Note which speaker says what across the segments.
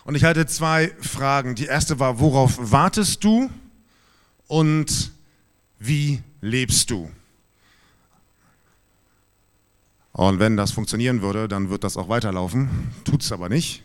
Speaker 1: Und ich hatte 2 Fragen. Die erste war, worauf wartest du und wie lebst du? Und wenn das funktionieren würde, dann wird das auch weiterlaufen. Tut es aber nicht.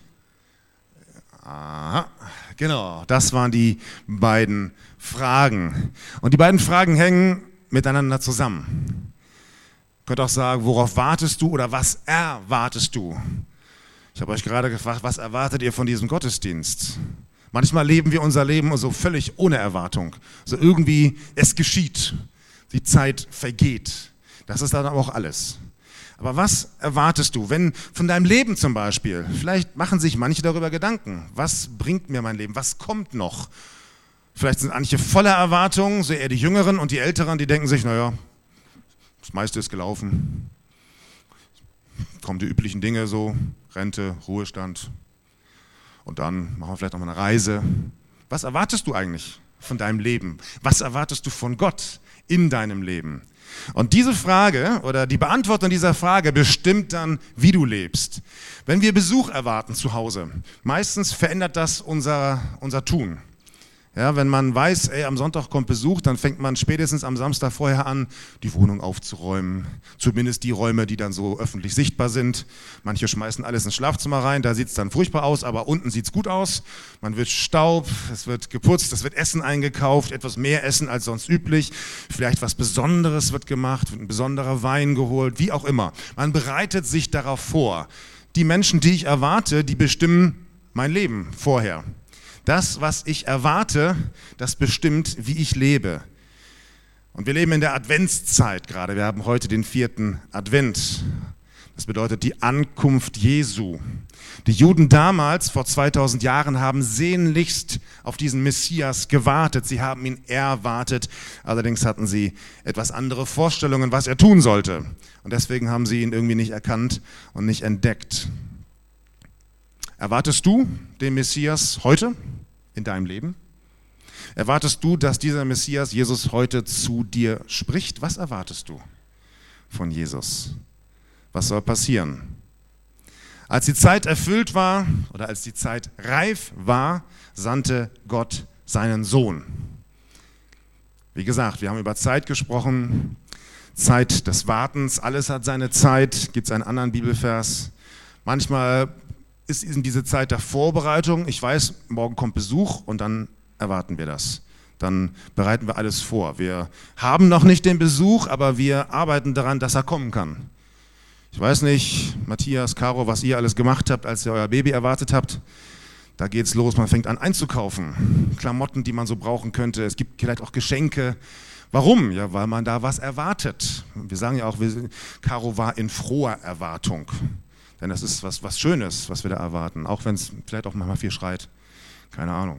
Speaker 1: Aha, genau, das waren die beiden Fragen. Und die beiden Fragen hängen miteinander zusammen. Ihr könnt auch sagen, worauf wartest du oder was erwartest du? Ich habe euch gerade gefragt, was erwartet ihr von diesem Gottesdienst? Manchmal leben wir unser Leben so völlig ohne Erwartung. So irgendwie, es geschieht, die Zeit vergeht. Das ist dann aber auch alles. Aber was erwartest du, wenn von deinem Leben zum Beispiel, vielleicht machen sich manche darüber Gedanken, was bringt mir mein Leben, was kommt noch? Vielleicht sind manche voller Erwartungen, so eher die Jüngeren und die Älteren, die denken sich, naja, das meiste ist gelaufen, kommen die üblichen Dinge so, Rente, Ruhestand und dann machen wir vielleicht nochmal eine Reise. Was erwartest du eigentlich von deinem Leben? Was erwartest du von Gott in deinem Leben? Und diese Frage oder die Beantwortung dieser Frage bestimmt dann, wie du lebst. Wenn wir Besuch erwarten zu Hause, meistens verändert das unser Tun. Ja, wenn man weiß, am Sonntag kommt Besuch, dann fängt man spätestens am Samstag vorher an, die Wohnung aufzuräumen. Zumindest die Räume, die dann so öffentlich sichtbar sind. Manche schmeißen alles ins Schlafzimmer rein, da sieht es dann furchtbar aus, aber unten sieht es gut aus. Man wird Staub, es wird geputzt, es wird Essen eingekauft, etwas mehr Essen als sonst üblich. Vielleicht was Besonderes wird gemacht, wird ein besonderer Wein geholt, wie auch immer. Man bereitet sich darauf vor. Die Menschen, die ich erwarte, die bestimmen mein Leben vorher. Das, was ich erwarte, das bestimmt, wie ich lebe. Und wir leben in der Adventszeit gerade. Wir haben heute den 4. Advent. Das bedeutet die Ankunft Jesu. Die Juden damals, vor 2000 Jahren, haben sehnlichst auf diesen Messias gewartet. Sie haben ihn erwartet. Allerdings hatten sie etwas andere Vorstellungen, was er tun sollte. Und deswegen haben sie ihn irgendwie nicht erkannt und nicht entdeckt. Erwartest du den Messias heute in deinem Leben? Erwartest du, dass dieser Messias, Jesus, heute zu dir spricht? Was erwartest du von Jesus? Was soll passieren? Als die Zeit erfüllt war oder als die Zeit reif war, sandte Gott seinen Sohn. Wie gesagt, wir haben über Zeit gesprochen, Zeit des Wartens, alles hat seine Zeit. Gibt es einen anderen Bibelvers? Manchmal ist in diese Zeit der Vorbereitung. Ich weiß, morgen kommt Besuch und dann erwarten wir das. Dann bereiten wir alles vor. Wir haben noch nicht den Besuch, aber wir arbeiten daran, dass er kommen kann. Ich weiß nicht, Matthias, Caro, was ihr alles gemacht habt, als ihr euer Baby erwartet habt. Da geht's los, man fängt an einzukaufen. Klamotten, die man so brauchen könnte. Es gibt vielleicht auch Geschenke. Warum? Ja, weil man da was erwartet. Wir sagen ja auch, Caro war in froher Erwartung. Denn das ist was Schönes, was wir da erwarten, auch wenn es vielleicht auch manchmal viel schreit. Keine Ahnung.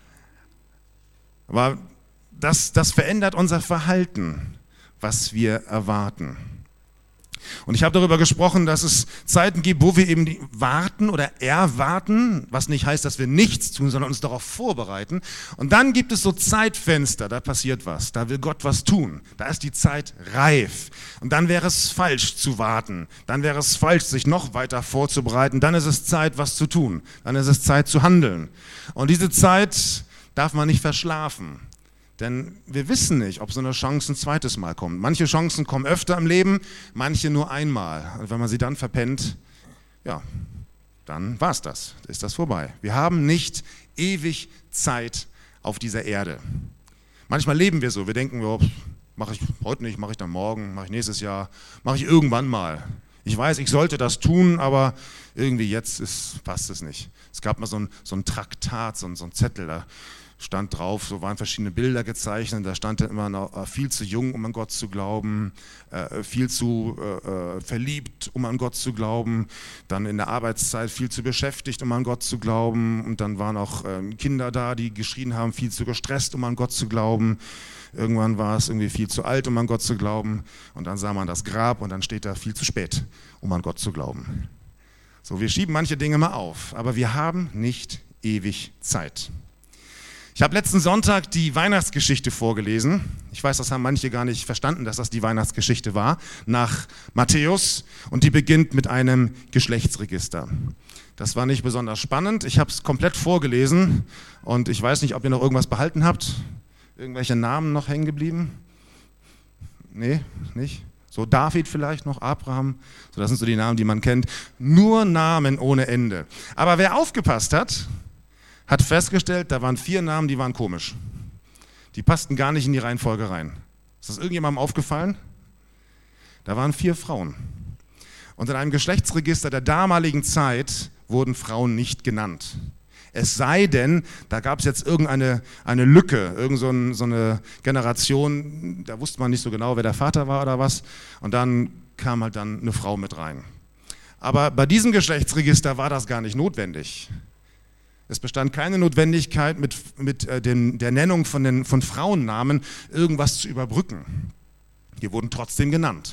Speaker 1: Aber das verändert unser Verhalten, was wir erwarten. Und ich habe darüber gesprochen, dass es Zeiten gibt, wo wir eben warten oder erwarten, was nicht heißt, dass wir nichts tun, sondern uns darauf vorbereiten. Und dann gibt es so Zeitfenster, da passiert was, da will Gott was tun, da ist die Zeit reif. Und dann wäre es falsch zu warten, dann wäre es falsch, sich noch weiter vorzubereiten, dann ist es Zeit, was zu tun, dann ist es Zeit zu handeln. Und diese Zeit darf man nicht verschlafen. Denn wir wissen nicht, ob so eine Chance ein zweites Mal kommt. Manche Chancen kommen öfter im Leben, manche nur einmal. Und wenn man sie dann verpennt, ja, dann war's das. Ist das vorbei. Wir haben nicht ewig Zeit auf dieser Erde. Manchmal leben wir so. Wir denken, oh, mache ich heute nicht, mache ich dann morgen, mache ich nächstes Jahr, mache ich irgendwann mal. Ich weiß, ich sollte das tun, aber irgendwie jetzt passt es nicht. Es gab mal so ein Traktat, so ein Zettel, da stand drauf, so waren verschiedene Bilder gezeichnet, da stand dann immer noch viel zu jung, um an Gott zu glauben, viel zu verliebt, um an Gott zu glauben, dann in der Arbeitszeit viel zu beschäftigt, um an Gott zu glauben, und dann waren auch Kinder da, die geschrien haben, viel zu gestresst, um an Gott zu glauben. Irgendwann war es irgendwie viel zu alt, um an Gott zu glauben, und dann sah man das Grab und dann steht da viel zu spät, um an Gott zu glauben. So, wir schieben manche Dinge mal auf, aber wir haben nicht ewig Zeit. Ich habe letzten Sonntag die Weihnachtsgeschichte vorgelesen. Ich weiß, das haben manche gar nicht verstanden, dass das die Weihnachtsgeschichte war, nach Matthäus. Und die beginnt mit einem Geschlechtsregister. Das war nicht besonders spannend. Ich habe es komplett vorgelesen und ich weiß nicht, ob ihr noch irgendwas behalten habt. Irgendwelche Namen noch hängen geblieben? Nee, nicht? So David vielleicht noch, Abraham. So, das sind so die Namen, die man kennt. Nur Namen ohne Ende. Aber wer aufgepasst hat festgestellt, da waren 4 Namen, die waren komisch. Die passten gar nicht in die Reihenfolge rein. Ist das irgendjemandem aufgefallen? Da waren 4 Frauen. Und in einem Geschlechtsregister der damaligen Zeit wurden Frauen nicht genannt. Es sei denn, da gab es jetzt irgendeine Lücke, so eine Generation, da wusste man nicht so genau, wer der Vater war oder was. Und dann kam halt dann eine Frau mit rein. Aber bei diesem Geschlechtsregister war das gar nicht notwendig. Es bestand keine Notwendigkeit, mit der Nennung von Frauennamen irgendwas zu überbrücken. Die wurden trotzdem genannt.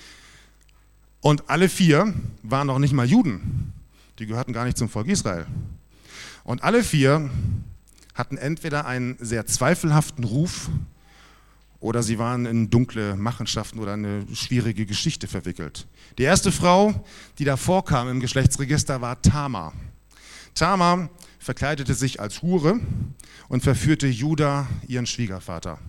Speaker 1: Und alle 4 waren noch nicht mal Juden. Die gehörten gar nicht zum Volk Israel. Und alle 4 hatten entweder einen sehr zweifelhaften Ruf oder sie waren in dunkle Machenschaften oder eine schwierige Geschichte verwickelt. Die erste Frau, die da vorkam im Geschlechtsregister, war Tamar. Tamar verkleidete sich als Hure und verführte Juda, ihren Schwiegervater.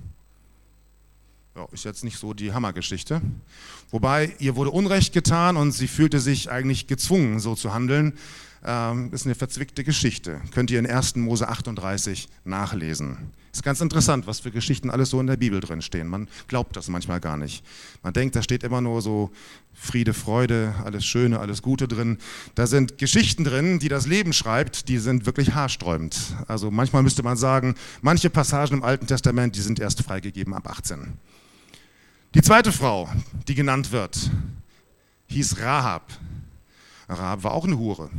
Speaker 1: Ja, ist jetzt nicht so die Hammergeschichte. Wobei, ihr wurde Unrecht getan und sie fühlte sich eigentlich gezwungen, so zu handeln. Ist eine verzwickte Geschichte. Könnt ihr in 1. Mose 38 nachlesen. Ist ganz interessant, was für Geschichten alles so in der Bibel drin stehen. Man glaubt das manchmal gar nicht. Man denkt, da steht immer nur so Friede, Freude, alles Schöne, alles Gute drin. Da sind Geschichten drin, die das Leben schreibt, die sind wirklich haarsträubend. Also manchmal müsste man sagen, manche Passagen im Alten Testament, die sind erst freigegeben ab 18. Die zweite Frau, die genannt wird, hieß Rahab. Rahab war auch eine Hure.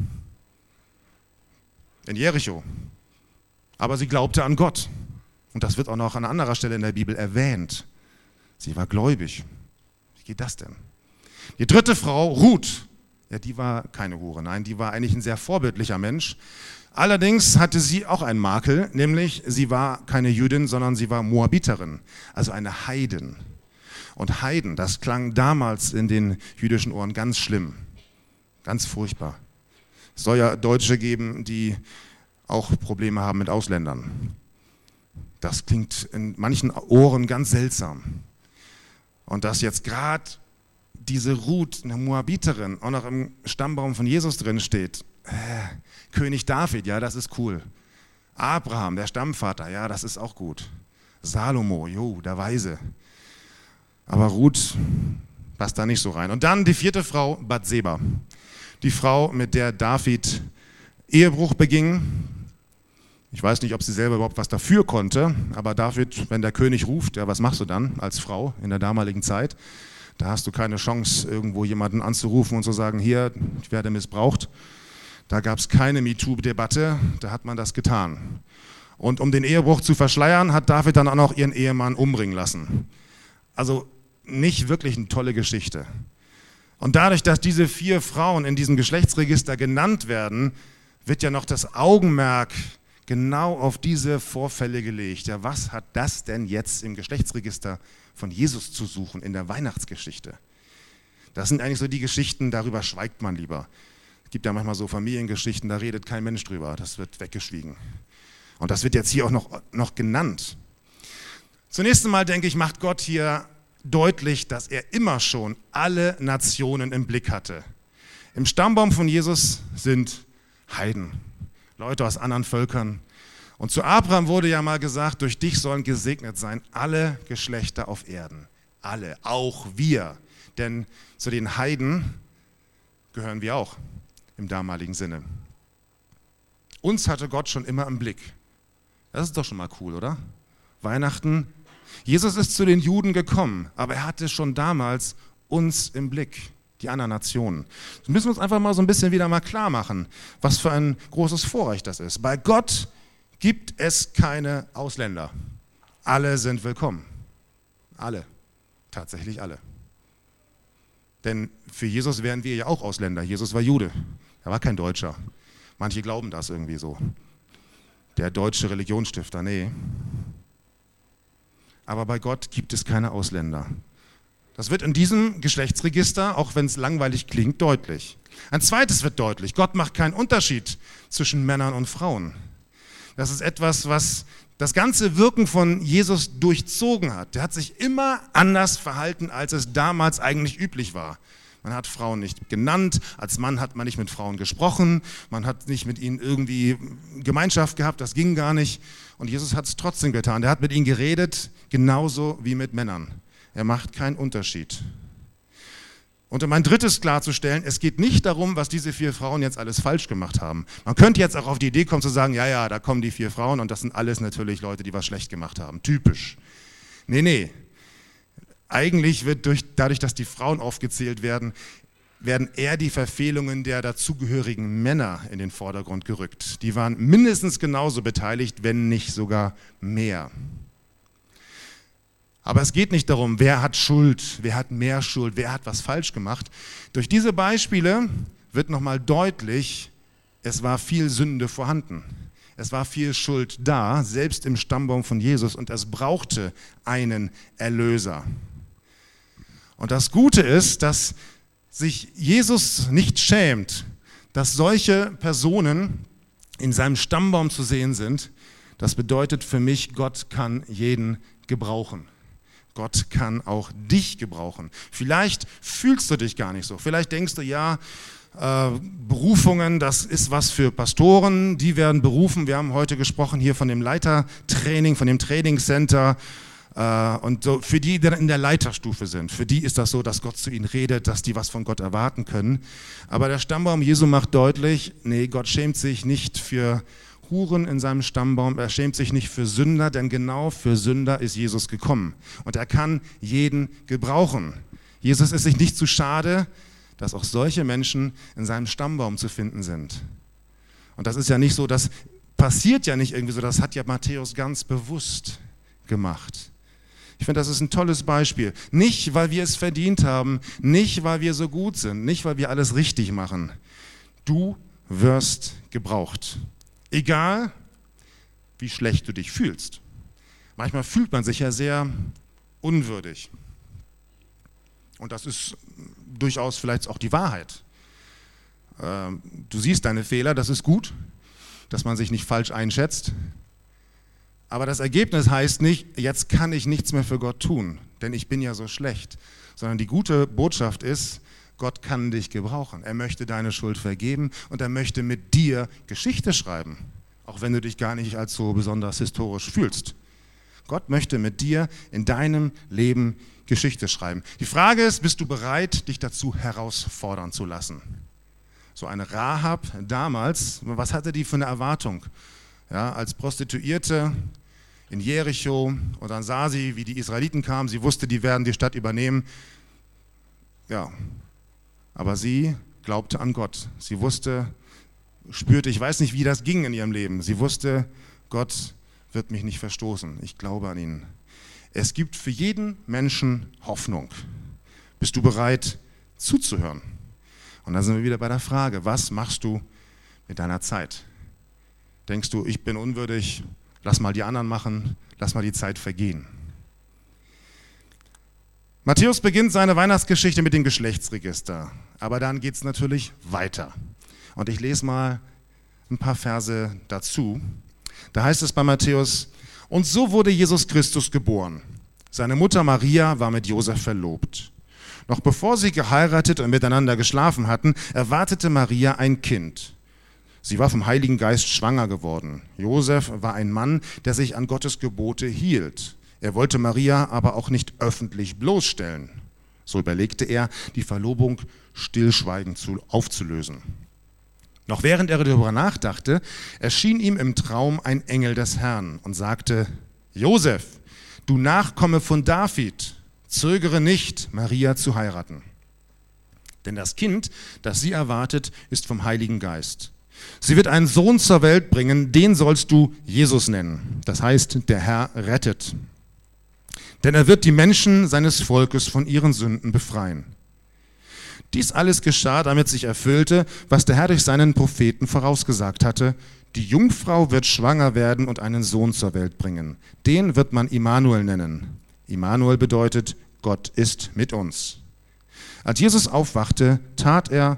Speaker 1: In Jericho. Aber sie glaubte an Gott. Und das wird auch noch an anderer Stelle in der Bibel erwähnt. Sie war gläubig. Wie geht das denn? Die dritte Frau, Ruth, ja, die war keine Hure, nein, die war eigentlich ein sehr vorbildlicher Mensch. Allerdings hatte sie auch einen Makel, nämlich sie war keine Jüdin, sondern sie war Moabiterin, also eine Heidin. Und Heiden, das klang damals in den jüdischen Ohren ganz schlimm, ganz furchtbar. Es soll ja Deutsche geben, die auch Probleme haben mit Ausländern. Das klingt in manchen Ohren ganz seltsam. Und dass jetzt gerade diese Ruth, eine Moabiterin, auch noch im Stammbaum von Jesus drin steht. König David, ja, das ist cool. Abraham, der Stammvater, ja, das ist auch gut. Salomo, jo, der Weise. Aber Ruth passt da nicht so rein. Und dann die 4. Frau, Bathseba. Die Frau, mit der David Ehebruch beging. Ich weiß nicht, ob sie selber überhaupt was dafür konnte, aber David, wenn der König ruft, ja, was machst du dann als Frau in der damaligen Zeit? Da hast du keine Chance, irgendwo jemanden anzurufen und zu sagen, hier, ich werde missbraucht. Da gab es keine MeToo-Debatte, da hat man das getan. Und um den Ehebruch zu verschleiern, hat David dann auch noch ihren Ehemann umbringen lassen. Also nicht wirklich eine tolle Geschichte. Und dadurch, dass diese 4 Frauen in diesem Geschlechtsregister genannt werden, wird ja noch das Augenmerk genau auf diese Vorfälle gelegt. Ja, was hat das denn jetzt im Geschlechtsregister von Jesus zu suchen in der Weihnachtsgeschichte? Das sind eigentlich so die Geschichten, darüber schweigt man lieber. Es gibt ja manchmal so Familiengeschichten, da redet kein Mensch drüber, das wird weggeschwiegen. Und das wird jetzt hier auch noch genannt. Zunächst einmal, denke ich, macht Gott hier deutlich, dass er immer schon alle Nationen im Blick hatte. Im Stammbaum von Jesus sind Heiden, Leute aus anderen Völkern. Und zu Abraham wurde ja mal gesagt, durch dich sollen gesegnet sein alle Geschlechter auf Erden. Alle, auch wir. Denn zu den Heiden gehören wir auch im damaligen Sinne. Uns hatte Gott schon immer im Blick. Das ist doch schon mal cool, oder? Weihnachten. Jesus ist zu den Juden gekommen, aber er hatte schon damals uns im Blick, die anderen Nationen. Das müssen wir uns einfach mal so ein bisschen wieder mal klar machen, was für ein großes Vorrecht das ist. Bei Gott gibt es keine Ausländer. Alle sind willkommen. Alle. Tatsächlich alle. Denn für Jesus wären wir ja auch Ausländer. Jesus war Jude. Er war kein Deutscher. Manche glauben das irgendwie so. der deutsche Religionsstifter, nee. Aber bei Gott gibt es keine Ausländer. Das wird in diesem Geschlechtsregister, auch wenn es langweilig klingt, deutlich. Ein zweites wird deutlich: Gott macht keinen Unterschied zwischen Männern und Frauen. Das ist etwas, was das ganze Wirken von Jesus durchzogen hat. Der hat sich immer anders verhalten, als es damals eigentlich üblich war. Man hat Frauen nicht genannt, als Mann hat man nicht mit Frauen gesprochen, man hat nicht mit ihnen irgendwie Gemeinschaft gehabt, das ging gar nicht. Und Jesus hat es trotzdem getan. Der hat mit ihnen geredet, genauso wie mit Männern. Er macht keinen Unterschied. Und um ein drittes klarzustellen: Es geht nicht darum, was diese 4 Frauen jetzt alles falsch gemacht haben. Man könnte jetzt auch auf die Idee kommen zu sagen, ja, da kommen die 4 Frauen und das sind alles natürlich Leute, die was schlecht gemacht haben. Typisch. Nee. Eigentlich wird dadurch, dass die Frauen aufgezählt werden eher die Verfehlungen der dazugehörigen Männer in den Vordergrund gerückt. Die waren mindestens genauso beteiligt, wenn nicht sogar mehr. Aber es geht nicht darum, wer hat Schuld, wer hat mehr Schuld, wer hat was falsch gemacht. Durch diese Beispiele wird nochmal deutlich, es war viel Sünde vorhanden. Es war viel Schuld da, selbst im Stammbaum von Jesus, und es brauchte einen Erlöser. Und das Gute ist, dass sich Jesus nicht schämt, dass solche Personen in seinem Stammbaum zu sehen sind. Das bedeutet für mich, Gott kann jeden gebrauchen. Gott kann auch dich gebrauchen. Vielleicht fühlst du dich gar nicht so. Vielleicht denkst du, ja, Berufungen, das ist was für Pastoren, die werden berufen. Wir haben heute gesprochen hier von dem Leitertraining, von dem Trainingscenter. Und so für die, die in der Leiterstufe sind, für die ist das so, dass Gott zu ihnen redet, dass die was von Gott erwarten können. Aber der Stammbaum Jesu macht deutlich, nee, Gott schämt sich nicht für Huren in seinem Stammbaum, er schämt sich nicht für Sünder, denn genau für Sünder ist Jesus gekommen. Und er kann jeden gebrauchen. Jesus ist sich nicht zu schade, dass auch solche Menschen in seinem Stammbaum zu finden sind. Und das ist ja nicht so, das passiert ja nicht irgendwie so, das hat ja Matthäus ganz bewusst gemacht. Ich finde, das ist ein tolles Beispiel. Nicht, weil wir es verdient haben, nicht, weil wir so gut sind, nicht, weil wir alles richtig machen. Du wirst gebraucht. Egal, wie schlecht du dich fühlst. Manchmal fühlt man sich ja sehr unwürdig. Und das ist durchaus vielleicht auch die Wahrheit. Du siehst deine Fehler, das ist gut, dass man sich nicht falsch einschätzt. Aber das Ergebnis heißt nicht, jetzt kann ich nichts mehr für Gott tun, denn ich bin ja so schlecht. Sondern die gute Botschaft ist, Gott kann dich gebrauchen. Er möchte deine Schuld vergeben und er möchte mit dir Geschichte schreiben, auch wenn du dich gar nicht als so besonders historisch fühlst. Gott möchte mit dir in deinem Leben Geschichte schreiben. Die Frage ist, bist du bereit, dich dazu herausfordern zu lassen? So eine Rahab damals, was hatte die für eine Erwartung? Ja, als Prostituierte in Jericho, und dann sah sie, wie die Israeliten kamen, sie wusste, die werden die Stadt übernehmen. Ja, aber sie glaubte an Gott. Sie spürte, ich weiß nicht, wie das ging in ihrem Leben. Sie wusste, Gott wird mich nicht verstoßen. Ich glaube an ihn. Es gibt für jeden Menschen Hoffnung. Bist du bereit, zuzuhören? Und dann sind wir wieder bei der Frage, was machst du mit deiner Zeit? Denkst du, ich bin unwürdig, lass mal die anderen machen, lass mal die Zeit vergehen. Matthäus beginnt seine Weihnachtsgeschichte mit dem Geschlechtsregister, aber dann geht es natürlich weiter. Und ich lese mal ein paar Verse dazu. Da heißt es bei Matthäus: Und so wurde Jesus Christus geboren. Seine Mutter Maria war mit Josef verlobt. Noch bevor sie geheiratet und miteinander geschlafen hatten, erwartete Maria ein Kind. Sie war vom Heiligen Geist schwanger geworden. Josef war ein Mann, der sich an Gottes Gebote hielt. Er wollte Maria aber auch nicht öffentlich bloßstellen. So überlegte er, die Verlobung stillschweigend aufzulösen. Noch während er darüber nachdachte, erschien ihm im Traum ein Engel des Herrn und sagte: Josef, du Nachkomme von David, zögere nicht, Maria zu heiraten. Denn das Kind, das sie erwartet, ist vom Heiligen Geist. Sie wird einen Sohn zur Welt bringen, den sollst du Jesus nennen. Das heißt, der Herr rettet. Denn er wird die Menschen seines Volkes von ihren Sünden befreien. Dies alles geschah, damit sich erfüllte, was der Herr durch seinen Propheten vorausgesagt hatte. die Jungfrau wird schwanger werden und einen Sohn zur Welt bringen. Den wird man Immanuel nennen. Immanuel bedeutet, Gott ist mit uns. Als Josef aufwachte, tat er,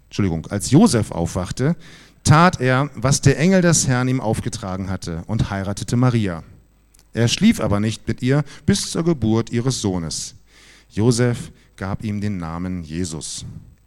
Speaker 1: was der Engel des Herrn ihm aufgetragen hatte und heiratete Maria. Er schlief aber nicht mit ihr bis zur Geburt ihres Sohnes. Josef gab ihm den Namen Jesus.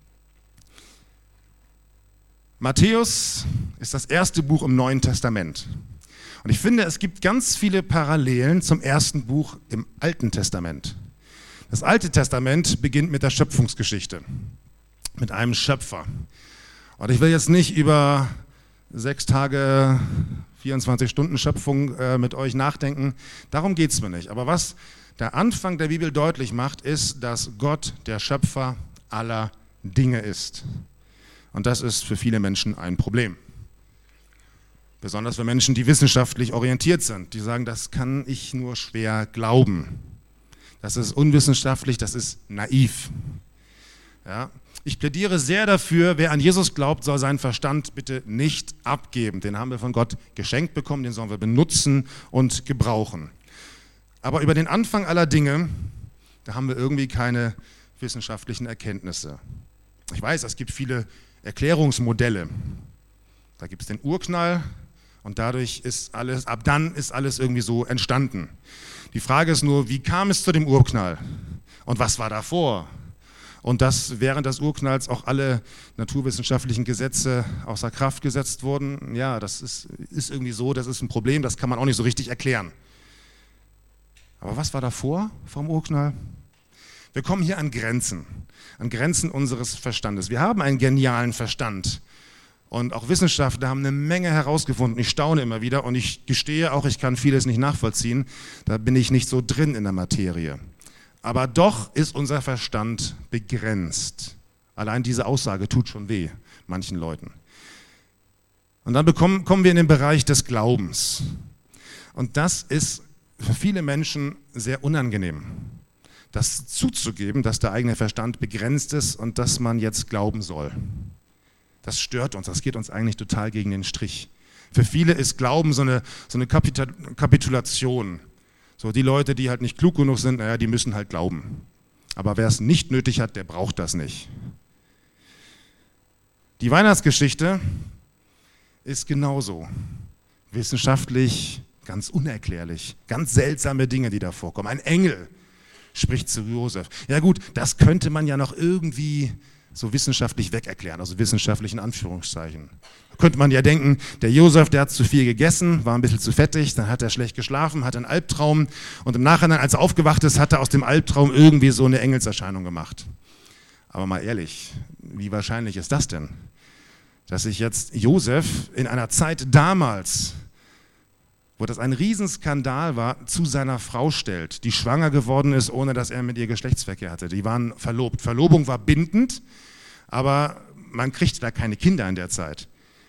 Speaker 1: Matthäus ist das erste Buch im Neuen Testament. Und ich finde, es gibt ganz viele Parallelen zum ersten Buch im Alten Testament. Das Alte Testament beginnt mit der Schöpfungsgeschichte, mit einem Schöpfer. Und ich will jetzt nicht über 6 Tage, 24 Stunden Schöpfung mit euch nachdenken. Darum geht es mir nicht. Aber was der Anfang der Bibel deutlich macht, ist, dass Gott der Schöpfer aller Dinge ist. Und das ist für viele Menschen ein Problem. Besonders für Menschen, die wissenschaftlich orientiert sind. Die sagen, das kann ich nur schwer glauben. Das ist unwissenschaftlich, das ist naiv. Ja? Ich plädiere sehr dafür, wer an Jesus glaubt, soll seinen Verstand bitte nicht abgeben. Den haben wir von Gott geschenkt bekommen, den sollen wir benutzen und gebrauchen. Aber über den Anfang aller Dinge, da haben wir irgendwie keine wissenschaftlichen Erkenntnisse. Ich weiß, es gibt viele Erklärungsmodelle. Da gibt es den Urknall und ab dann ist alles irgendwie so entstanden. Die Frage ist nur, wie kam es zu dem Urknall und was war davor? Und dass während des Urknalls auch alle naturwissenschaftlichen Gesetze außer Kraft gesetzt wurden, ja, das ist irgendwie so, das ist ein Problem, das kann man auch nicht so richtig erklären. Aber was war davor vom Urknall? Wir kommen hier an Grenzen unseres Verstandes. Wir haben einen genialen Verstand und auch Wissenschaftler haben eine Menge herausgefunden. Ich staune immer wieder und ich gestehe auch, ich kann vieles nicht nachvollziehen. Da bin ich nicht so drin in der Materie. Aber doch ist unser Verstand begrenzt. Allein diese Aussage tut schon weh manchen Leuten. Und dann kommen wir in den Bereich des Glaubens. Und das ist für viele Menschen sehr unangenehm, das zuzugeben, dass der eigene Verstand begrenzt ist und dass man jetzt glauben soll. Das stört uns, das geht uns eigentlich total gegen den Strich. Für viele ist Glauben so eine Kapitulation. So die Leute, die halt nicht klug genug sind, naja, die müssen halt glauben. Aber wer es nicht nötig hat, der braucht das nicht. Die Weihnachtsgeschichte ist genauso. Wissenschaftlich ganz unerklärlich, ganz seltsame Dinge, die da vorkommen. Ein Engel spricht zu Josef. Ja gut, das könnte man ja noch irgendwie so wissenschaftlich wegerklären, also wissenschaftlich in Anführungszeichen. Da könnte man ja denken, der Josef, der hat zu viel gegessen, war ein bisschen zu fettig, dann hat er schlecht geschlafen, hat einen Albtraum und im Nachhinein, als er aufgewacht ist, hat er aus dem Albtraum irgendwie so eine Engelserscheinung gemacht. Aber mal ehrlich, wie wahrscheinlich ist das denn? Dass sich jetzt Josef in einer Zeit damals, wo das ein Riesenskandal war, zu seiner Frau stellt, die schwanger geworden ist, ohne dass er mit ihr Geschlechtsverkehr hatte. Die waren verlobt. Verlobung war bindend, aber man kriegte da keine Kinder in der Zeit.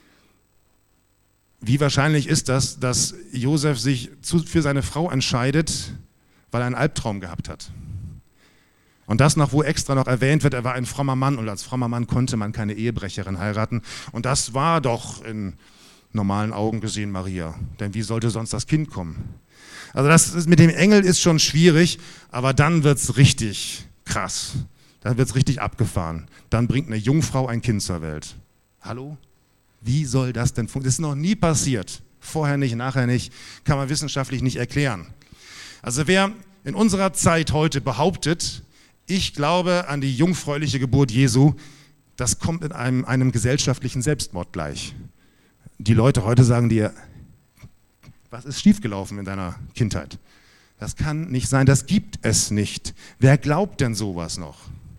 Speaker 1: Wie wahrscheinlich ist das, dass Josef sich für seine Frau entscheidet, weil er einen Albtraum gehabt hat? Und das noch, wo extra noch erwähnt wird, er war ein frommer Mann und als frommer Mann konnte man keine Ehebrecherin heiraten. Und das war doch in normalen Augen gesehen Maria. Denn wie sollte sonst das Kind kommen? Also mit dem Engel ist schon schwierig, aber dann wird es richtig krass. Dann wird es richtig abgefahren. Dann bringt eine Jungfrau ein Kind zur Welt. Hallo? Wie soll das denn funktionieren? Das ist noch nie passiert. Vorher nicht, nachher nicht. Kann man wissenschaftlich nicht erklären. Also wer in unserer Zeit heute behauptet, ich glaube an die jungfräuliche Geburt Jesu, das kommt in einem gesellschaftlichen Selbstmord gleich. Die Leute heute sagen dir, was ist schiefgelaufen in deiner Kindheit? Das kann nicht sein, das gibt es nicht. Wer glaubt denn sowas noch?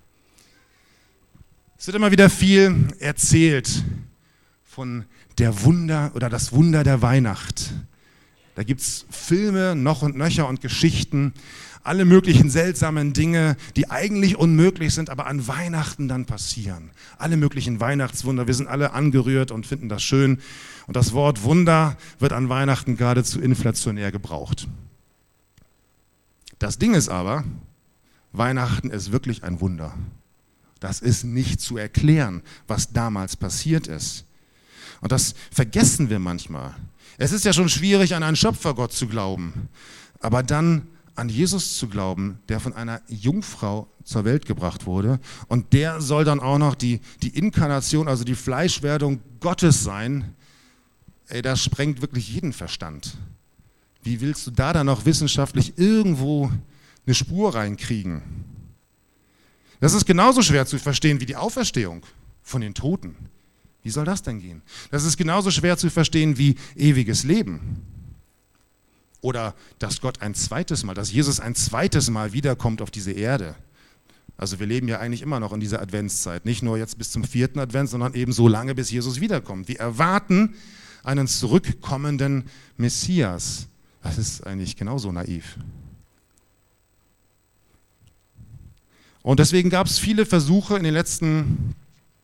Speaker 1: Es wird immer wieder viel erzählt von der Wunder oder das Wunder der Weihnacht. Da gibt es Filme noch und nöcher und Geschichten, alle möglichen seltsamen Dinge, die eigentlich unmöglich sind, aber an Weihnachten dann passieren. Alle möglichen Weihnachtswunder, wir sind alle angerührt und finden das schön. Und das Wort Wunder wird an Weihnachten geradezu inflationär gebraucht. Das Ding ist aber, Weihnachten ist wirklich ein Wunder. Das ist nicht zu erklären, was damals passiert ist. Und das vergessen wir manchmal. Es ist ja schon schwierig, an einen Schöpfergott zu glauben, aber dann an Jesus zu glauben, der von einer Jungfrau zur Welt gebracht wurde und der soll dann auch noch die Inkarnation, also die Fleischwerdung Gottes sein, das sprengt wirklich jeden Verstand. Wie willst du da dann noch wissenschaftlich irgendwo eine Spur reinkriegen? Das ist genauso schwer zu verstehen wie die Auferstehung von den Toten. Wie soll das denn gehen? Das ist genauso schwer zu verstehen wie ewiges Leben. Oder dass Gott ein zweites Mal, dass Jesus ein zweites Mal wiederkommt auf diese Erde. Also wir leben ja eigentlich immer noch in dieser Adventszeit. Nicht nur jetzt bis zum 4. Advent, sondern eben so lange, bis Jesus wiederkommt. Wir erwarten einen zurückkommenden Messias. Das ist eigentlich genauso naiv. Und deswegen gab es viele Versuche in den letzten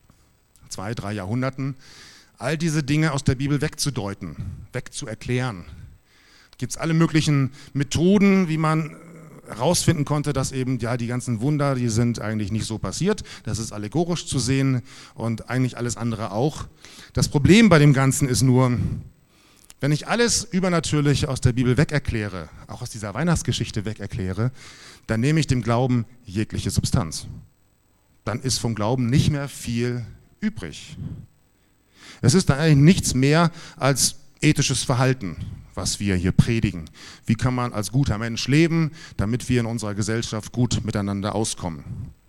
Speaker 1: 2, 3 Jahrhunderten, all diese Dinge aus der Bibel wegzudeuten, wegzuerklären. Gibt es alle möglichen Methoden, wie man herausfinden konnte, dass eben ja, die ganzen Wunder, die sind eigentlich nicht so passiert. Das ist allegorisch zu sehen und eigentlich alles andere auch. Das Problem bei dem Ganzen ist nur, wenn ich alles Übernatürliche aus der Bibel wegerkläre, auch aus dieser Weihnachtsgeschichte wegerkläre, dann nehme ich dem Glauben jegliche Substanz. Dann ist vom Glauben nicht mehr viel übrig. Es ist dann eigentlich nichts mehr als ethisches Verhalten, was wir hier predigen. Wie kann man als guter Mensch leben, damit wir in unserer Gesellschaft gut miteinander auskommen?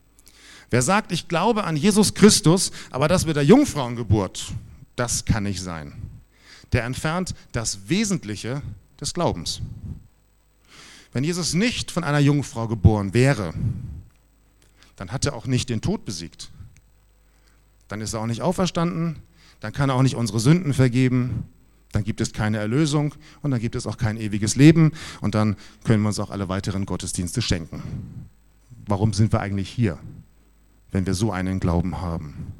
Speaker 1: Wer sagt, ich glaube an Jesus Christus, aber das mit der Jungfrauengeburt, das kann nicht sein. Der entfernt das Wesentliche des Glaubens. Wenn Jesus nicht von einer Jungfrau geboren wäre, dann hat er auch nicht den Tod besiegt. Dann ist er auch nicht auferstanden, dann kann er auch nicht unsere Sünden vergeben, dann gibt es keine Erlösung und dann gibt es auch kein ewiges Leben und dann können wir uns auch alle weiteren Gottesdienste schenken. Warum sind wir eigentlich hier, wenn wir so einen Glauben haben?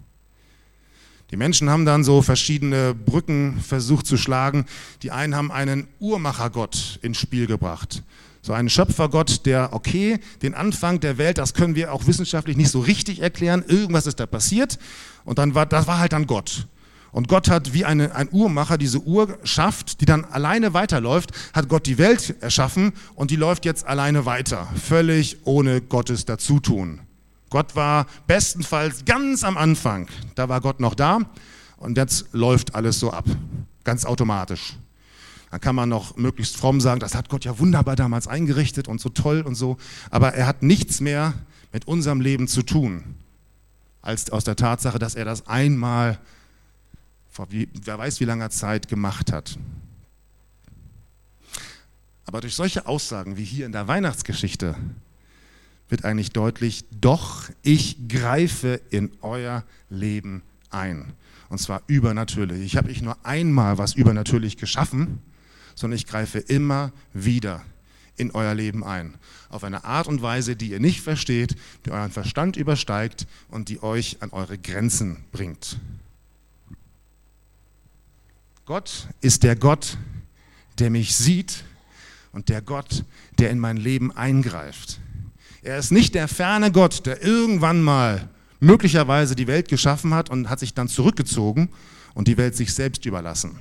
Speaker 1: Die Menschen haben dann so verschiedene Brücken versucht zu schlagen. Die einen haben einen Uhrmachergott ins Spiel gebracht. So einen Schöpfergott, der, okay, den Anfang der Welt, das können wir auch wissenschaftlich nicht so richtig erklären. Irgendwas ist da passiert und das war halt dann Gott. Und Gott hat wie ein Uhrmacher diese Uhr schafft, die dann alleine weiterläuft, hat Gott die Welt erschaffen und die läuft jetzt alleine weiter, völlig ohne Gottes Dazutun. Gott war bestenfalls ganz am Anfang, da war Gott noch da und jetzt läuft alles so ab, ganz automatisch. Dann kann man noch möglichst fromm sagen, das hat Gott ja wunderbar damals eingerichtet und so toll und so, aber er hat nichts mehr mit unserem Leben zu tun, als aus der Tatsache, dass er das einmal vor wer weiß wie langer Zeit gemacht hat. Aber durch solche Aussagen wie hier in der Weihnachtsgeschichte wird eigentlich deutlich, doch, ich greife in euer Leben ein. Und zwar übernatürlich. Ich habe nicht nur einmal was übernatürlich geschaffen, sondern ich greife immer wieder in euer Leben ein. Auf eine Art und Weise, die ihr nicht versteht, die euren Verstand übersteigt und die euch an eure Grenzen bringt. Gott ist der Gott, der mich sieht und der Gott, der in mein Leben eingreift. Er ist nicht der ferne Gott, der irgendwann mal möglicherweise die Welt geschaffen hat und hat sich dann zurückgezogen und die Welt sich selbst überlassen.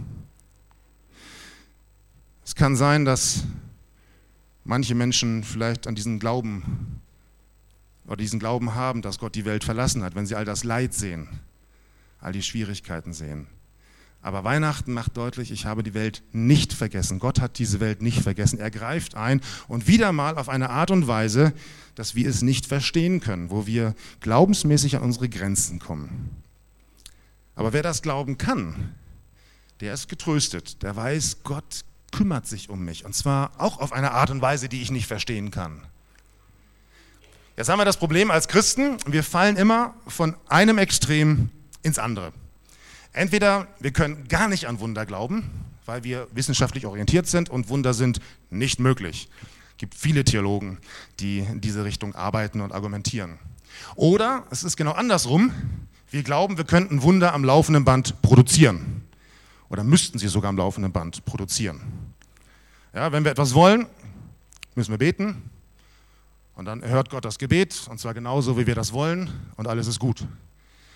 Speaker 1: Es kann sein, dass manche Menschen vielleicht an diesen Glauben haben, dass Gott die Welt verlassen hat, wenn sie all das Leid sehen, all die Schwierigkeiten sehen. Aber Weihnachten macht deutlich, ich habe die Welt nicht vergessen. Gott hat diese Welt nicht vergessen. Er greift ein und wieder mal auf eine Art und Weise, dass wir es nicht verstehen können, wo wir glaubensmäßig an unsere Grenzen kommen. Aber wer das glauben kann, der ist getröstet. Der weiß, Gott kümmert sich um mich. Und zwar auch auf eine Art und Weise, die ich nicht verstehen kann. Jetzt haben wir das Problem als Christen, wir fallen immer von einem Extrem ins andere. Entweder wir können gar nicht an Wunder glauben, weil wir wissenschaftlich orientiert sind und Wunder sind nicht möglich. Es gibt viele Theologen, die in diese Richtung arbeiten und argumentieren. Oder es ist genau andersrum, wir glauben, wir könnten Wunder am laufenden Band produzieren. Oder müssten sie sogar am laufenden Band produzieren. Ja, wenn wir etwas wollen, müssen wir beten und dann erhört Gott das Gebet und zwar genauso, wie wir das wollen und alles ist gut.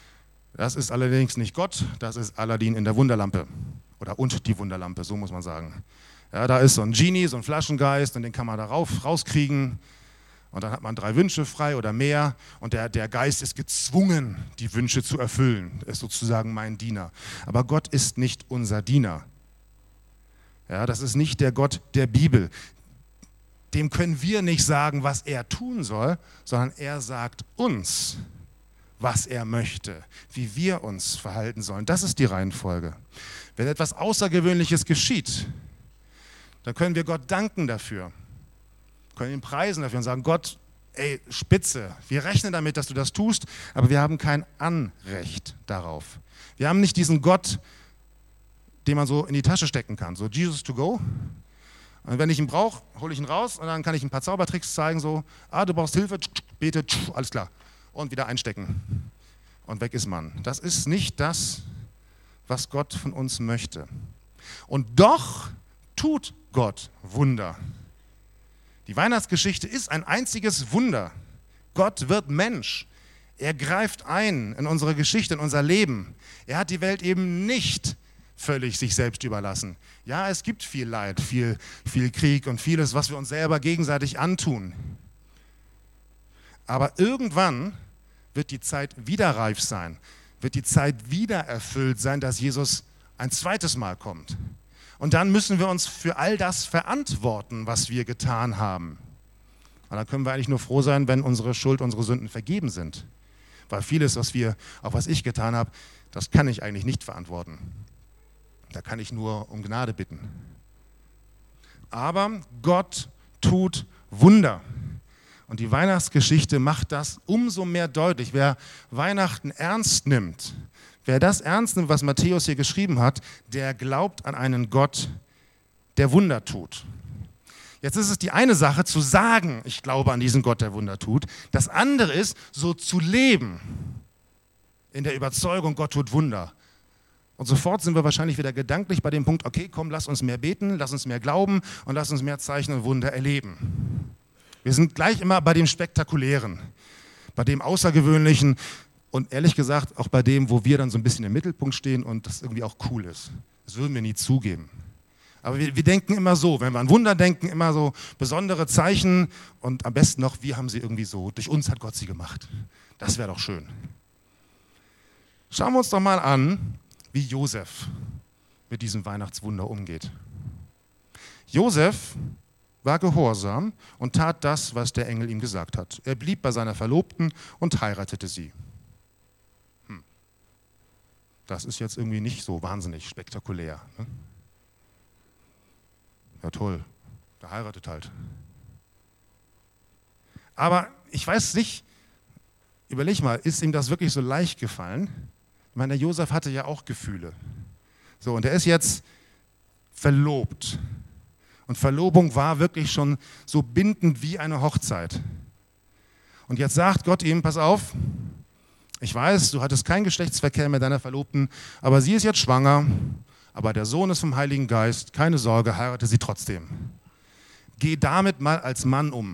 Speaker 1: Das ist allerdings nicht Gott, das ist Aladdin in der Wunderlampe. Und die Wunderlampe, so muss man sagen. Ja, da ist so ein Genie, so ein Flaschengeist und den kann man da rauskriegen. Und dann hat man 3 Wünsche frei oder mehr und der Geist ist gezwungen, die Wünsche zu erfüllen. Er ist sozusagen mein Diener. Aber Gott ist nicht unser Diener. Ja, das ist nicht der Gott der Bibel. Dem können wir nicht sagen, was er tun soll, sondern er sagt uns, was er möchte, wie wir uns verhalten sollen. Das ist die Reihenfolge. Wenn etwas Außergewöhnliches geschieht, dann können wir Gott danken dafür. Können ihn preisen dafür und sagen, Gott, ey, spitze, wir rechnen damit, dass du das tust, aber wir haben kein Anrecht darauf. Wir haben nicht diesen Gott, den man so in die Tasche stecken kann, so Jesus to go. Und wenn ich ihn brauche, hole ich ihn raus und dann kann ich ein paar Zaubertricks zeigen, so, du brauchst Hilfe, bete, alles klar. Und wieder einstecken. Und weg ist man. Das ist nicht das, was Gott von uns möchte. Und doch tut Gott Wunder. Die Weihnachtsgeschichte ist ein einziges Wunder. Gott wird Mensch. Er greift ein in unsere Geschichte, in unser Leben. Er hat die Welt eben nicht völlig sich selbst überlassen. Ja, es gibt viel Leid, viel Krieg und vieles, was wir uns selber gegenseitig antun. Aber irgendwann wird die Zeit wieder reif sein, wird die Zeit wieder erfüllt sein, dass Jesus ein zweites Mal kommt. Und dann müssen wir uns für all das verantworten, was wir getan haben. Und dann können wir eigentlich nur froh sein, wenn unsere Schuld, unsere Sünden vergeben sind. Weil vieles, was ich getan habe, das kann ich eigentlich nicht verantworten. Da kann ich nur um Gnade bitten. Aber Gott tut Wunder. Und die Weihnachtsgeschichte macht das umso mehr deutlich. Wer Weihnachten ernst nimmt, wer das ernst nimmt, was Matthäus hier geschrieben hat, der glaubt an einen Gott, der Wunder tut. Jetzt ist es die eine Sache, zu sagen, ich glaube an diesen Gott, der Wunder tut. Das andere ist, so zu leben, in der Überzeugung, Gott tut Wunder. Und sofort sind wir wahrscheinlich wieder gedanklich bei dem Punkt, okay, komm, lass uns mehr beten, lass uns mehr glauben und lass uns mehr Zeichen und Wunder erleben. Wir sind gleich immer bei dem Spektakulären, bei dem Außergewöhnlichen und ehrlich gesagt auch bei dem, wo wir dann so ein bisschen im Mittelpunkt stehen und das irgendwie auch cool ist. Das würden wir nie zugeben. Aber wir denken immer so, wenn wir an Wunder denken, immer so besondere Zeichen und am besten noch, wir haben sie irgendwie so, durch uns hat Gott sie gemacht. Das wäre doch schön. Schauen wir uns doch mal an, wie Josef mit diesem Weihnachtswunder umgeht. Josef war gehorsam und tat das, was der Engel ihm gesagt hat. Er blieb bei seiner Verlobten und heiratete sie. Das ist jetzt irgendwie nicht so wahnsinnig spektakulär. Ne? Ja toll, der heiratet halt. Aber ich weiß nicht, überleg mal, ist ihm das wirklich so leicht gefallen? Ich meine, der Josef hatte ja auch Gefühle. So, und er ist jetzt verlobt. Und Verlobung war wirklich schon so bindend wie eine Hochzeit. Und jetzt sagt Gott ihm, pass auf, ich weiß, du hattest keinen Geschlechtsverkehr mit deiner Verlobten, aber sie ist jetzt schwanger, aber der Sohn ist vom Heiligen Geist, keine Sorge, heirate sie trotzdem. Geh damit mal als Mann um.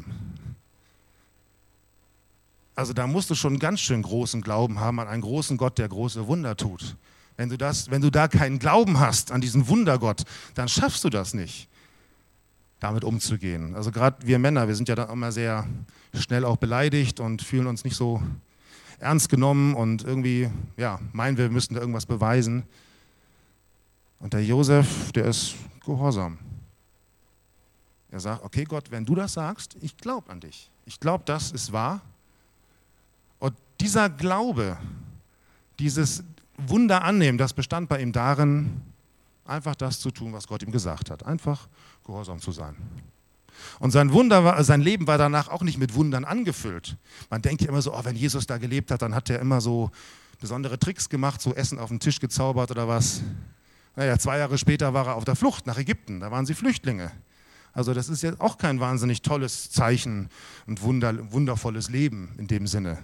Speaker 1: Also da musst du schon einen ganz schön großen Glauben haben an einen großen Gott, der große Wunder tut. Wenn du da keinen Glauben hast an diesen Wundergott, dann schaffst du das nicht, damit umzugehen. Also gerade wir Männer, wir sind ja dann immer sehr schnell auch beleidigt und fühlen uns nicht so ernst genommen und irgendwie, ja, meinen wir müssten da irgendwas beweisen. Und der Josef, der ist gehorsam. Er sagt, okay Gott, wenn du das sagst, ich glaube an dich. Ich glaube, das ist wahr. Und dieser Glaube, dieses Wunder annehmen, das bestand bei ihm darin, einfach das zu tun, was Gott ihm gesagt hat. Einfach gehorsam zu sein. Und sein Leben war danach auch nicht mit Wundern angefüllt. Man denkt ja immer so, wenn Jesus da gelebt hat, dann hat er immer so besondere Tricks gemacht, so Essen auf den Tisch gezaubert oder was. Naja, 2 Jahre später war er auf der Flucht nach Ägypten, da waren sie Flüchtlinge. Also das ist jetzt auch kein wahnsinnig tolles Zeichen und wundervolles Leben in dem Sinne.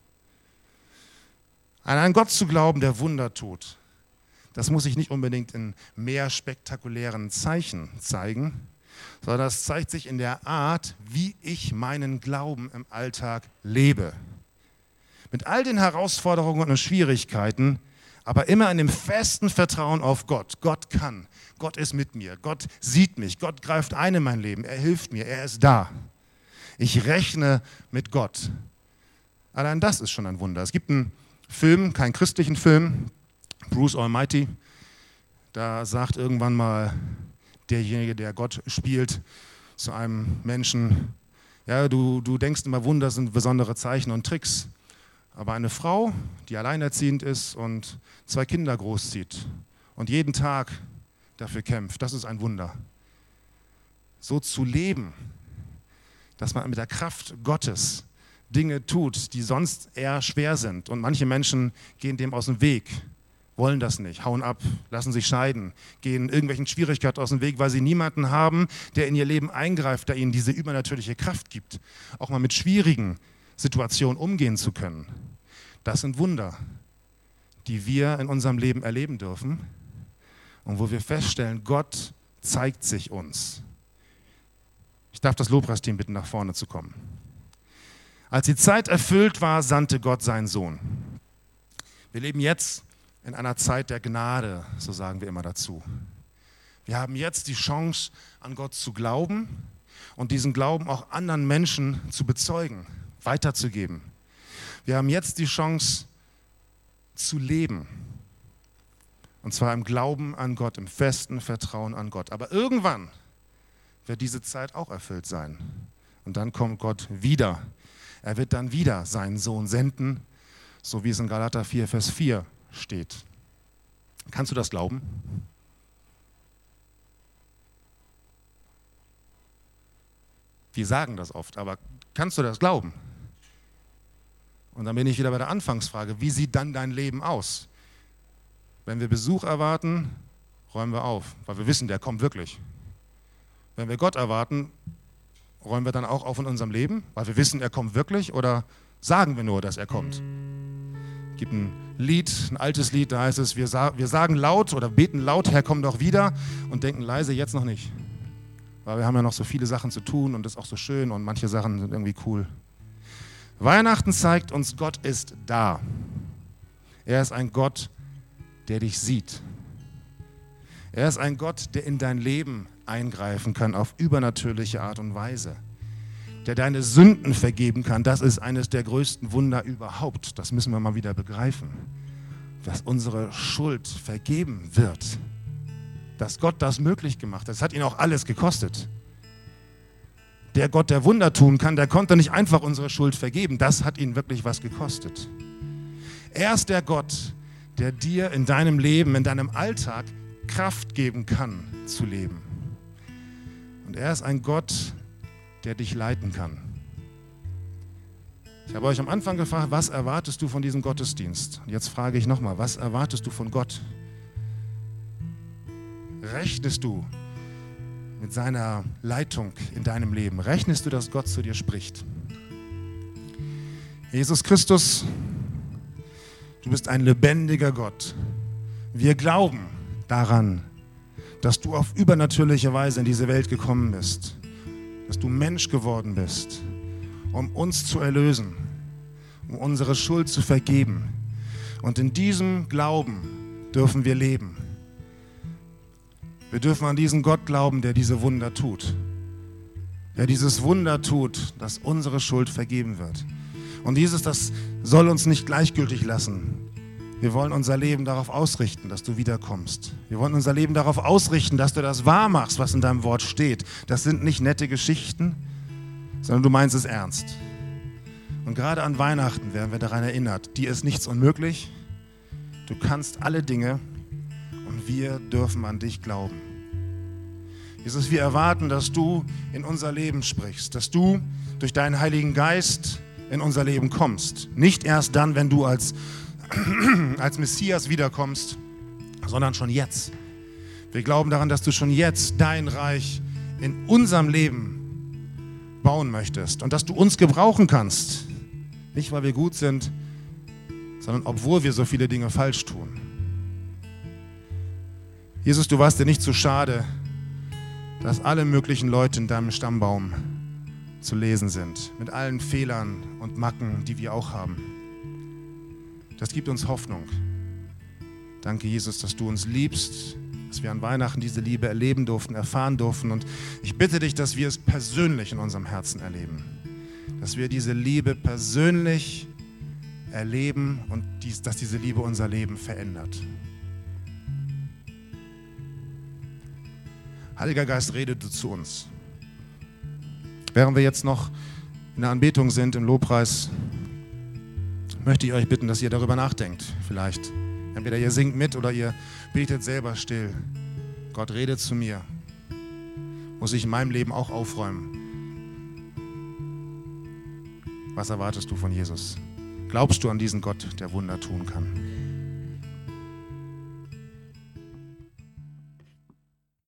Speaker 1: An einen Gott zu glauben, der Wunder tut, das muss sich nicht unbedingt in mehr spektakulären Zeichen zeigen, sondern das zeigt sich in der Art, wie ich meinen Glauben im Alltag lebe. mit all den Herausforderungen und Schwierigkeiten, aber immer in dem festen Vertrauen auf Gott. Gott kann, Gott ist mit mir, Gott sieht mich, Gott greift ein in mein Leben, er hilft mir, er ist da. Ich rechne mit Gott. Allein das ist schon ein Wunder. Es gibt einen Film, keinen christlichen Film, Bruce Almighty, da sagt irgendwann mal derjenige, der Gott spielt, zu einem Menschen, ja, du denkst immer, Wunder sind besondere Zeichen und Tricks, aber eine Frau, die alleinerziehend ist und 2 Kinder großzieht und jeden Tag dafür kämpft, das ist ein Wunder. So zu leben, dass man mit der Kraft Gottes Dinge tut, die sonst eher schwer sind. Und manche Menschen gehen dem aus dem Weg, wollen das nicht, hauen ab, lassen sich scheiden, gehen irgendwelchen Schwierigkeiten aus dem Weg, weil sie niemanden haben, der in ihr Leben eingreift, der ihnen diese übernatürliche Kraft gibt, auch mal mit schwierigen Situationen umgehen zu können. Das sind Wunder, die wir in unserem Leben erleben dürfen und wo wir feststellen, Gott zeigt sich uns. Ich darf das Lobpreisteam bitten, nach vorne zu kommen. Als die Zeit erfüllt war, sandte Gott seinen Sohn. Wir leben jetzt in einer Zeit der Gnade, so sagen wir immer dazu. Wir haben jetzt die Chance, an Gott zu glauben und diesen Glauben auch anderen Menschen zu bezeugen, weiterzugeben. Wir haben jetzt die Chance zu leben. Und zwar im Glauben an Gott, im festen Vertrauen an Gott. Aber irgendwann wird diese Zeit auch erfüllt sein. Und dann kommt Gott wieder. Er wird dann wieder seinen Sohn senden, so wie es in Galater 4, Vers 4 steht. Kannst du das glauben? Wir sagen das oft, aber kannst du das glauben? Und dann bin ich wieder bei der Anfangsfrage, wie sieht dann dein Leben aus? Wenn wir Besuch erwarten, räumen wir auf, weil wir wissen, der kommt wirklich. Wenn wir Gott erwarten, räumen wir dann auch auf in unserem Leben, weil wir wissen, er kommt wirklich, oder sagen wir nur, dass er kommt? Es gibt ein Lied, ein altes Lied, da heißt es, wir sagen laut oder beten laut, Herr, komm doch wieder, und denken leise, jetzt noch nicht. Weil wir haben ja noch so viele Sachen zu tun und das ist auch so schön und manche Sachen sind irgendwie cool. Weihnachten zeigt uns, Gott ist da. Er ist ein Gott, der dich sieht. Er ist ein Gott, der in dein Leben eingreifen kann auf übernatürliche Art und Weise. Der deine Sünden vergeben kann. Das ist eines der größten Wunder überhaupt. Das müssen wir mal wieder begreifen. Dass unsere Schuld vergeben wird. Dass Gott das möglich gemacht hat. Das hat ihn auch alles gekostet. Der Gott, der Wunder tun kann, der konnte nicht einfach unsere Schuld vergeben. Das hat ihn wirklich was gekostet. Er ist der Gott, der dir in deinem Leben, in deinem Alltag Kraft geben kann, zu leben. Und er ist ein Gott, der dich leiten kann. Ich habe euch am Anfang gefragt, was erwartest du von diesem Gottesdienst? Und jetzt frage ich nochmal, was erwartest du von Gott? Rechnest du mit seiner Leitung in deinem Leben? Rechnest du, dass Gott zu dir spricht? Jesus Christus, du bist ein lebendiger Gott. Wir glauben daran, dass du auf übernatürliche Weise in diese Welt gekommen bist, dass du Mensch geworden bist, um uns zu erlösen, um unsere Schuld zu vergeben. Und in diesem Glauben dürfen wir leben. Wir dürfen an diesen Gott glauben, der diese Wunder tut. Der dieses Wunder tut, dass unsere Schuld vergeben wird. Und das soll uns nicht gleichgültig lassen. Wir wollen unser Leben darauf ausrichten, dass du wiederkommst. Wir wollen unser Leben darauf ausrichten, dass du das wahr machst, was in deinem Wort steht. Das sind nicht nette Geschichten, sondern du meinst es ernst. Und gerade an Weihnachten werden wir daran erinnert, dir ist nichts unmöglich. Du kannst alle Dinge und wir dürfen an dich glauben. Jesus, wir erwarten, dass du in unser Leben sprichst, dass du durch deinen Heiligen Geist in unser Leben kommst. Nicht erst dann, wenn du als Messias wiederkommst, sondern schon jetzt. Wir glauben daran, dass du schon jetzt dein Reich in unserem Leben bauen möchtest und dass du uns gebrauchen kannst. Nicht, weil wir gut sind, sondern obwohl wir so viele Dinge falsch tun. Jesus, du warst dir nicht zu schade, dass alle möglichen Leute in deinem Stammbaum zu lesen sind, mit allen Fehlern und Macken, die wir auch haben. Das gibt uns Hoffnung. Danke, Jesus, dass du uns liebst, dass wir an Weihnachten diese Liebe erleben durften, erfahren durften. Und ich bitte dich, dass wir es persönlich in unserem Herzen erleben. Dass wir diese Liebe persönlich erleben und dass diese Liebe unser Leben verändert. Heiliger Geist, rede du zu uns. Während wir jetzt noch in der Anbetung sind, im Lobpreis, möchte ich euch bitten, dass ihr darüber nachdenkt. Vielleicht entweder ihr singt mit oder ihr betet selber still. Gott, rede zu mir. Muss ich in meinem Leben auch aufräumen? Was erwartest du von Jesus? Glaubst du an diesen Gott, der Wunder tun kann?